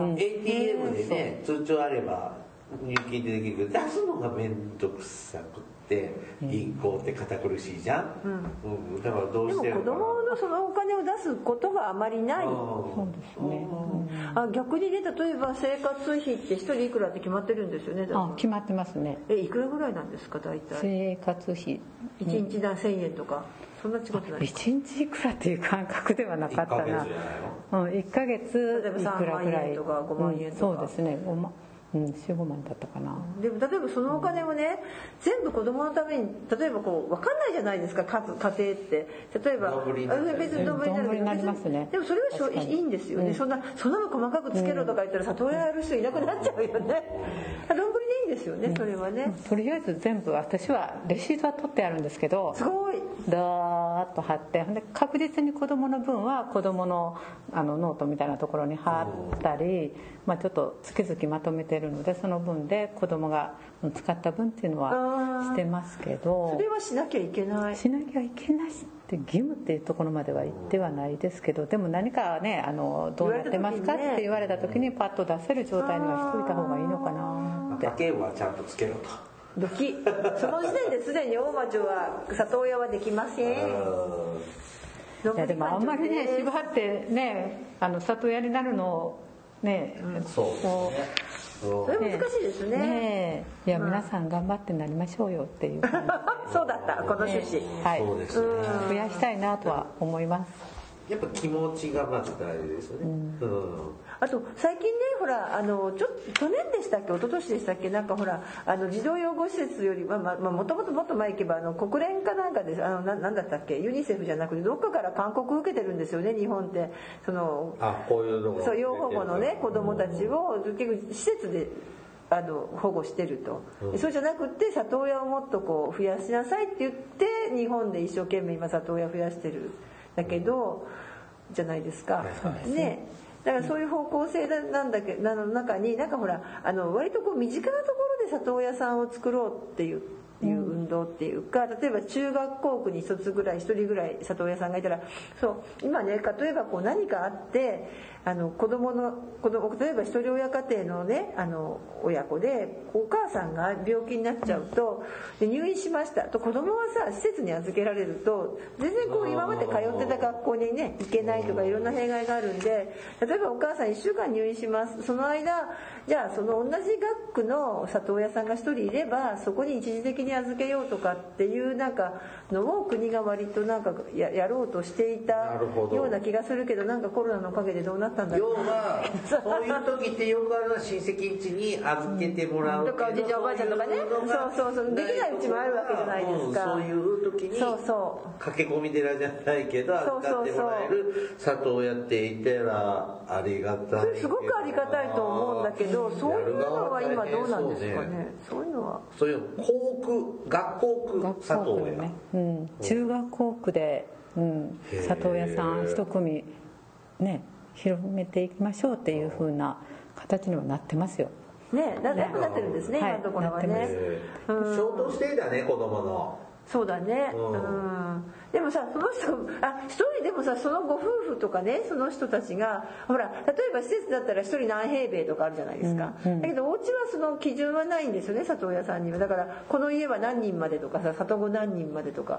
S1: ATM でね通帳あれば入金でできるけど、出すのが面倒くさくて銀行って堅苦しいじゃん、だからどうして
S2: も子供のそのお金を出すことがあまりない。
S3: そうですね、
S2: 逆にね、例えば生活費って一人いくらって決まってるんですよね。
S3: 決まってますね。
S2: いくらぐらいなんですか大体？生
S3: 活費
S2: 1日1000円とかそんな違ってない？
S3: 1日いくらっていう感覚ではなかったな。1ヶ月いくらぐらい
S2: とか5万円とか、
S3: そうですね、4、5万だったかな。
S2: でも例えばそのお金をね、全部子供のために、例えばこう分かんないじゃないですか、家庭って例えば別に丼になりますね。でもそれはいいんですよね、そんなの細かくつけろとか言ったら里親やる人いなくなっちゃうよね。丼でいいんですよね、それはね。
S3: とりあえず全部私はレシートは取ってあるんですけど、
S2: すごい
S3: ダーッと貼って、で確実に子供の分は子供のノートみたいなところに貼ったり、ちょっと月々まとめてるので、その分で子供が使った分っていうのはしてますけど、
S2: それはしなきゃいけない
S3: しなきゃいけないって義務っていうところまでは言ってはないですけど、でも何かねどうなってますかって言われた時にパッと出せる状態にはしといた方がいいのかなって。
S1: 家計簿はちゃんとつけろと。
S2: その時点ですでに大魔女は里親はできません。
S3: いやでもあんまりね縛ってね里親になるのをね、
S2: それ難しいですね。
S3: いや皆さん頑張ってなりましょうよっていう感
S2: じそうだったこの趣旨、
S3: はい、増やしたいなとは思います。
S1: やっぱ気持ちがまず大事ですよね。
S2: あと最近ね、ほらちょっと去年でしたっけ一昨年でしたっけ、なんかほら児童養護施設よりもともと前行けば国連かなんかでなんだったっけ、ユニセフじゃなくてどっかから勧告を受けてるんですよね、日本って。
S1: こういうの
S2: そう養護のね子供たちを結局施設で保護してると、そうじゃなくって里親をもっとこう増やしなさいって言って日本で一生懸命今里親増やしてるだけど、じゃないですか、ね。だからそういう方向性なんだけどの中になんかほら割とこう身近なところで里親さんを作ろうっていう運動っていうか、例えば中学校区に1人ぐらい里親さんがいたら、そう今ね、例えばこう何かあって子供例えば一人親家庭のね親子でお母さんが病気になっちゃうと、で入院しましたと、子供はさ施設に預けられると全然こう今まで通ってた学校にね行けないとかいろんな弊害があるんで、例えばお母さん1週間入院します、その間じゃあその同じ学区の里親さんが1人いればそこに一時的に預けようとかっていうなんかのを国が割となんか やろうとしていたような気がするけど、なんかコロナのおかげでどうなったんだろう。
S1: 要はそういう時ってよくあるのは親戚ん家に預けてもらう
S2: とかおじいちゃんおばあちゃんとかね、そうできないうちもあるわけじゃないですか。
S1: そういう時に駆け込み寺じゃないけど預かってもらえる里親っていたらありがたい。
S2: すごくありがたいと思うんだけど、そういうのは今どうなんですかね。そういうのは
S1: そういう学校区里親ね、
S3: 中学校区で、里親さん一組ね広めていきましょうっていう風な形にはなってますよ
S2: ね。だいぶなってるんですね、今のところはね。
S1: 衝動してだね子供の。
S2: そうだね、でもさその人一人でもさそのご夫婦とかねその人たちがほら例えば施設だったら一人何平米とかあるじゃないですか、だけどお家はその基準はないんですよね里親さんには。だからこの家は何人までとかさ里子何人までとか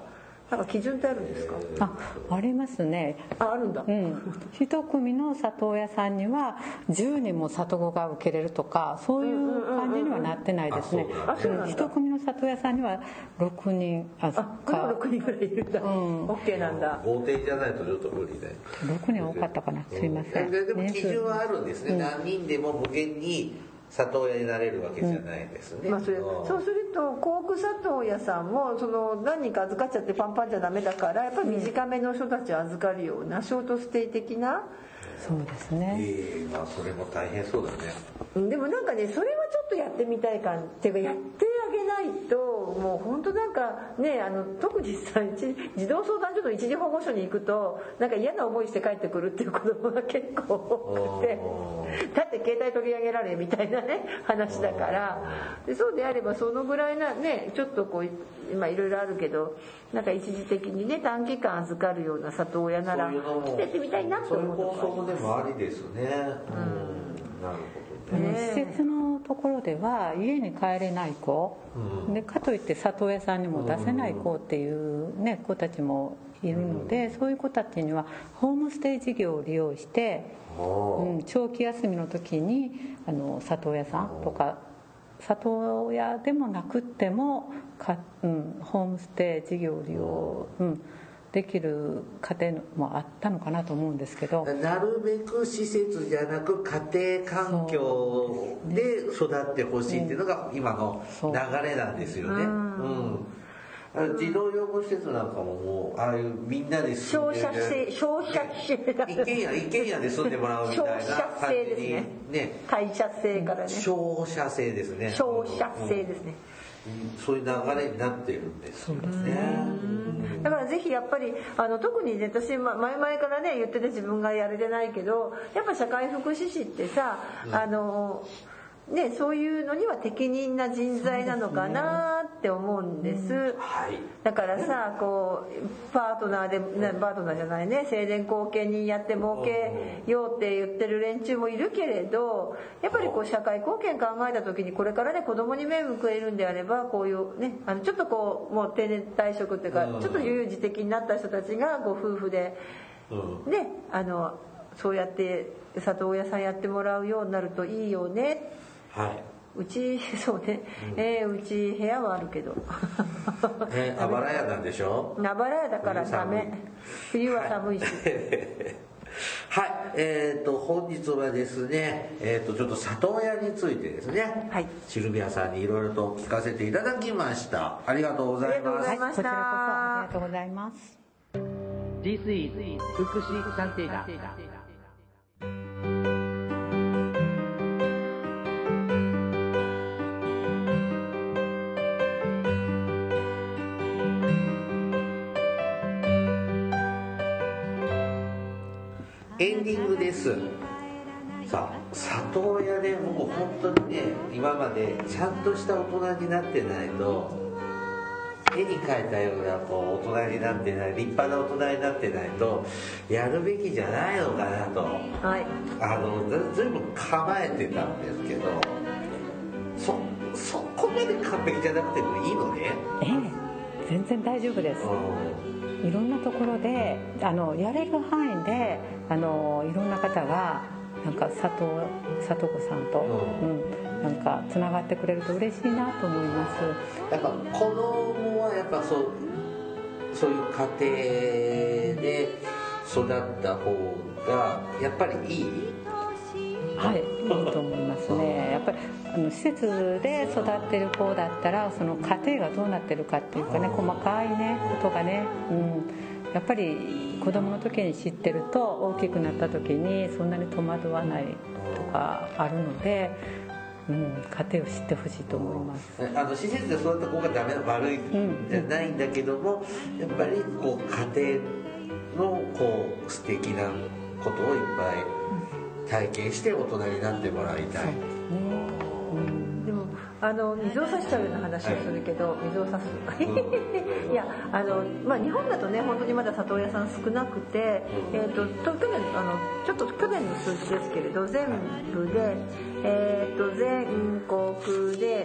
S2: なんか基準ってあるんですか？
S3: ありますね。
S2: あるんだ。
S3: 一組の里親さんには10人も里子が受けれるとかそういう感じにはなってないですね。一組の里親さんには6人
S2: 6人ぐらいいるんだ。OK なんだ。
S1: 合定じゃないとちょっと無理で。
S3: 6人多かったかな。すいません。
S1: でも基準はあるんですね。何人でも無限に里親になれるわけじゃないですね。
S2: そうすると皇区里親さんもその何人か預かっちゃってパンパンじゃダメだからやっぱり短めの人たちを預かるようなショートステイ的な。
S3: そうですね。
S1: それも大変そうだね。
S2: でもなんかねそれはちょっとやってみたい感っていうかやってあげないともう本当なんかね特にさ児童相談所の一時保護所に行くとなんか嫌な思いして帰ってくるっていう子供が結構多くてだって携帯取り上げられみたいなね話だからでそうであればそのぐらいなねちょっとこう今いろいろあるけどなんか一時的にね短期間預かるような里親ならやってみたいなと思うと
S1: そういう構想でもありですね。なるほどね。
S3: 施設のところでは家に帰れない子、でかといって里親さんにも出せない子っていう、ね、子たちもいるので、そういう子たちにはホームステイ事業を利用して、長期休みの時に里親さんとか里親でもなくってもホームステイ事業を利用、できる家庭もあったのかなと思うんですけど、
S1: なるべく施設じゃなく家庭環境で育ってほしいっていうのが今の流れなんですよね。児童養護施設なんかももうああいうみんなで住んで一軒家で住んでもらうみたいな感じにね。
S2: 会社制からね。
S1: 商社制ですね。
S2: 商社制ですね。
S1: そういう流れになってるんですよね。
S2: だからぜひやっぱり特に私前々からね言ってて自分がやれてないけどやっぱ社会福祉士ってさね、そういうのには適任な人材なのかなって思うんです、だからさこうパートナーじゃないね成年後見人やって儲けようって言ってる連中もいるけれどやっぱりこう社会貢献考えた時にこれからね子供に目向けるんであればこういうねちょっとこうもう定年退職っていうかちょっと悠々自適になった人たちがご夫婦でねそうやって里親さんやってもらうようになるといいよね。うちそうね、うち部屋はあるけど
S1: あばら屋なんでしょ。
S2: あばら屋だからダメ。冬は寒いし
S1: はい、本日はですね、ちょっと里親についてですね、シルビアさんにいろいろと聞かせていただきました。ありがとうございます。
S3: こちらこそありがとうございます。
S4: This is 福祉探偵団。
S1: エンディングです。さあ里親でもう本当にね今までちゃんとした大人になってないと絵に描いたようなこう大人になってない立派な大人になってないとやるべきじゃないのかなと、ずいぶん構えてたんですけどそこまで完璧じゃなくてもいいのね。
S3: 全然大丈夫です。いろんなところでやれる範囲でいろんな方がなんか里子さんと、なんかつながってくれると嬉しいなと思います。
S1: やっぱ子供はやっぱそういう家庭で育った方がやっぱりいい？
S3: はい、いいと思いますね。やっぱり施設で育ってる子だったらその家庭がどうなってるかっていうかね細かいねことがね、やっぱり子供の時に知ってると大きくなった時にそんなに戸惑わないとかあるので、家庭を知ってほしいと思います。
S1: 施設で育った子がダメな悪いんじゃないんだけども、やっぱりこう家庭のこう素敵なことをいっぱい体験して大人になってもらいたい。
S2: でも水を差しちゃうような話をするけど、水を差すいや日本だとね本当にまだ里親さん少なくて、去年ちょっと去年の数字ですけれど全部で、全国で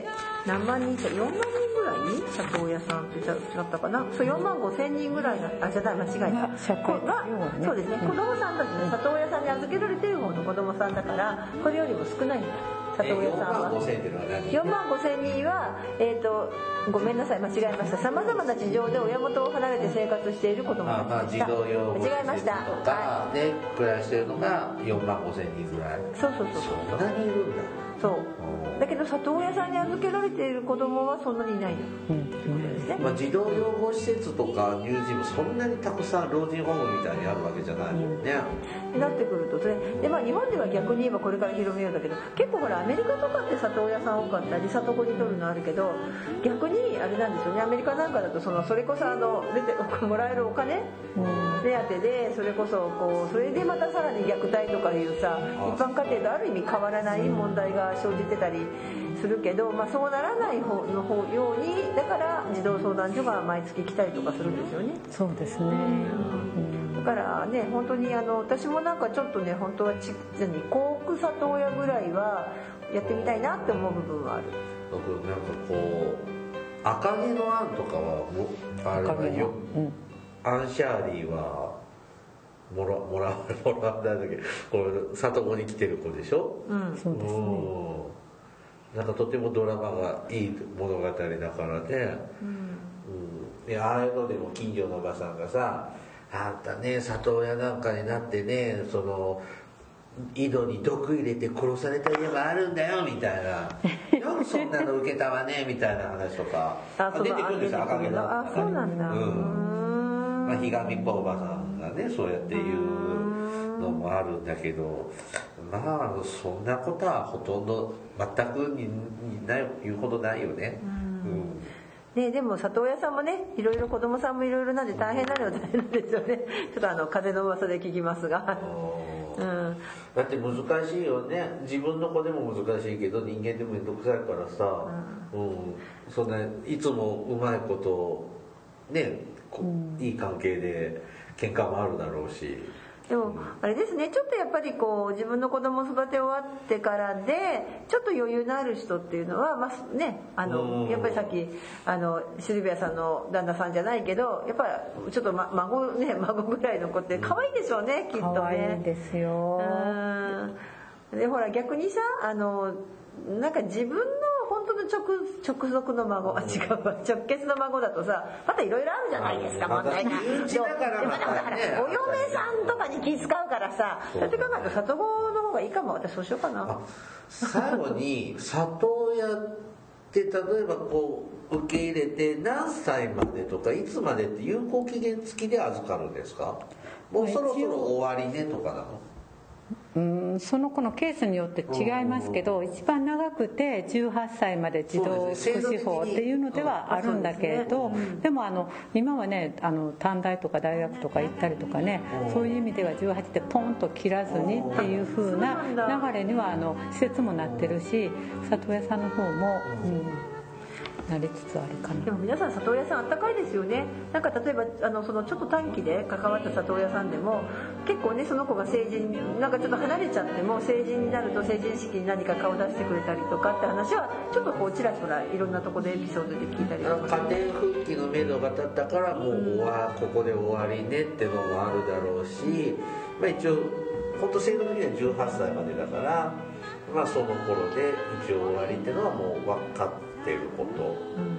S2: 何万人か4万人ぐらい里親さんって違ったかな、そう4万5千人ぐらいじゃない間違えたそうですね、子供さんたちね、里親さんに預けられてる方の子供さんだからこれよりも少ないんだ里親さんは。4万5千人はごめんなさい間違えました、さまざまな事情で親元を離れて生活している子供たちでした。
S1: 児童養護施設とかで暮らしてるのが4万5千人ぐらい。
S2: そう
S1: そんなにいるんだ。
S2: そうだけど里親さんに預けられている子供はそんなにいないよ、
S1: 児童養護施設とか乳児もそんなにたくさん老人ホームみたいにあるわけじゃないもんね、
S2: なってくるとね、で、日本では逆に今これから広めようだけど、結構ほらアメリカとかって里親さん多かったり里子に取るのあるけど、逆にあれなんですよね、アメリカなんかだとそれこそ出てもらえるお金目当てで、それこそそれでまたさらに虐待とかいうさ、一般家庭とある意味変わらない問題が生じてたりするけど、そうならない方のように、だから児童相談所が毎月来たりとかするんですよね。
S3: そうですね、
S2: だからね、本当に私もなんかちょっとね、本当は幸福里親ぐらいはやってみたいなって思う部分はある。
S1: 僕なんか赤毛のアンとかはあれはよ、アンシャーリーはもらったんだけど、これ里子に来てる子でしょ。
S3: そうですね。
S1: なんかとてもドラマがいい物語だからね。でああいうのでも近所のおばさんがさ、あんたね里親なんかになってね、井戸に毒入れて殺された家があるんだよみたいな、よくそんなの受けたわねみたいな話とか出てくるんですよ、赤毛の。
S2: あ、そうなんだ。
S1: ひがみっぽいおばさんがねそうやって言うのもあるんだけど、そんなことはほとんど全く言うほどないよね。
S2: でも里親さんもね、いろいろ子供さんもいろいろなんで大変なのは大変なんですよね。ちょっと風の噂で聞きますが。
S1: だって難しいよね。自分の子でも難しいけど人間でもめんどくさいからさ、そんないつもうまいことね、いい関係で喧嘩もあるだろうし。
S2: でもあれですね、ちょっとやっぱり自分の子供を育て終わってからでちょっと余裕のある人っていうのはやっぱりさっきシルビアさんの旦那さんじゃないけど、やっぱりちょっと孫ぐらいの子って可愛いでしょうね、きっとね。可愛いですよ。でほら逆にさ、なんか自分の本当の直属の孫、直結の孫だとさ、またいろいろあるじゃないですか、問題が。でもお嫁さんとかに気使うからさ、そうやって考えると里子の方がいいかも。私そうしようかな。
S1: 最後に里親って例えば受け入れて何歳までとかいつまでって有効期限付きで預かるんですか？もうそろそろ終わりねとかなの？
S3: その子のケースによって違いますけど、一番長くて18歳まで児童福祉法っていうのではあるんだけれど、でも今はね短大とか大学とか行ったりとかね、そういう意味では18でポンと切らずにっていう風な流れには施設もなってるし、里親さんの方も、なりつつあるかな。
S2: でも皆さん里親さんあったかいですよね。なんか例えばちょっと短期で関わった里親さんでも結構ね、その子が成人なんかちょっと離れちゃっても成人になると成人式に何か顔出してくれたりとかって話はちょっとちらちらいろんなところでエピソードで聞いたりとか。
S1: 家庭復帰のめどが立ったからもうここで終わりねってのもあるだろうし、一応本当制度的には18歳までだから、その頃で一応終わりっていうのはもう分かってること。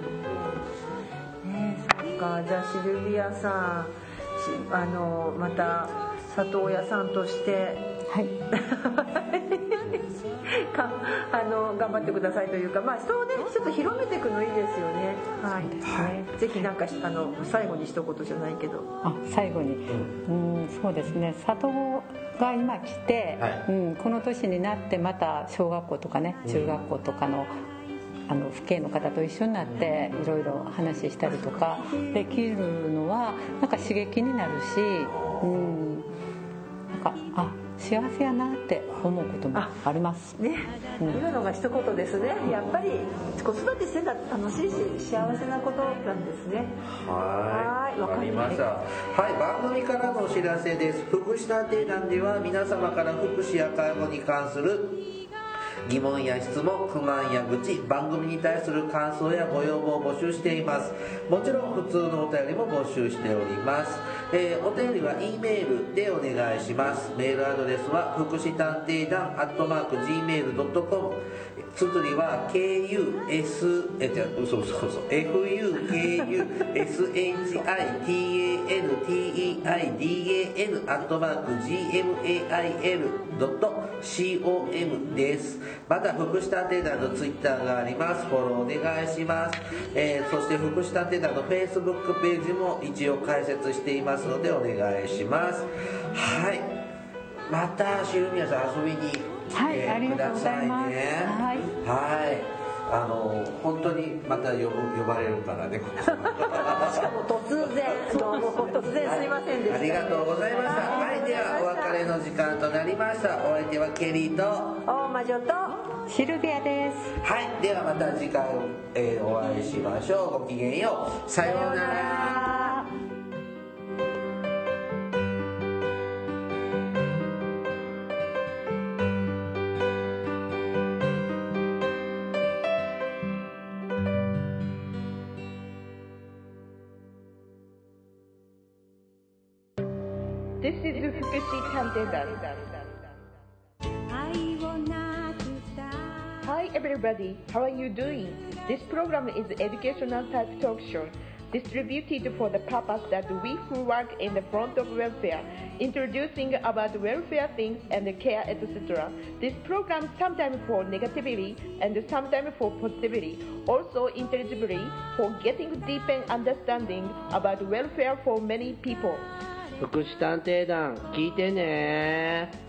S2: そうか。じゃあシルビアさん、また里親さんとして頑張ってくださいというか、人をねちょっと広めていくのいいですよね。ぜひなんか最後に一言じゃないけど。
S3: 最後に、そうですね。里子が今来て、この年になってまた小学校とかね中学校とかの父兄の方と一緒になっていろいろ話したりとかできるのはなんか刺激になるし、なんか幸せやなって思うこともありますね。
S2: 今のが一言ですね。やっぱり子育てしてたら楽しいし幸せなことなんですね。
S1: はい、わかりました。番組からのお知らせです。福祉探偵団では皆様から福祉や介護に関する疑問や質問、不満や愚痴、番組に対する感想やご要望を募集しています。もちろん普通のお便りも募集しております。お便りは E メールでお願いします。メールアドレスは福祉探偵団@gmail.com、綴りはfukushitanteidan@gmail.com です。また福祉探偵団のツイッターがあります。フォローお願いします。そして福祉探偵団の Facebook ページも一応開設していますのでお願いします。はい、また塩宮さん遊びに来てくださいね。はい、本当にまた呼ばれるからね。
S2: しかも突然どうも突然すいませんでした、
S1: ありがとうございました。はい、ではお別れの時間となりました。お相手はケリーと
S2: 大魔女と
S3: シルビアです。
S1: はい、ではまた次回、お会いしましょう。ごきげんよう。さようなら。
S5: This is Fukushi Tantedan. Hi everybody, how are you doing? This program is educational type talk show distributed for the purpose that we who work in the front of welfare, introducing about welfare things and care, etc. This program sometimes for negativity and sometimes for positivity, also intelligibly for getting deeper understanding about welfare for many people.
S4: 福祉探偵団聞いてね。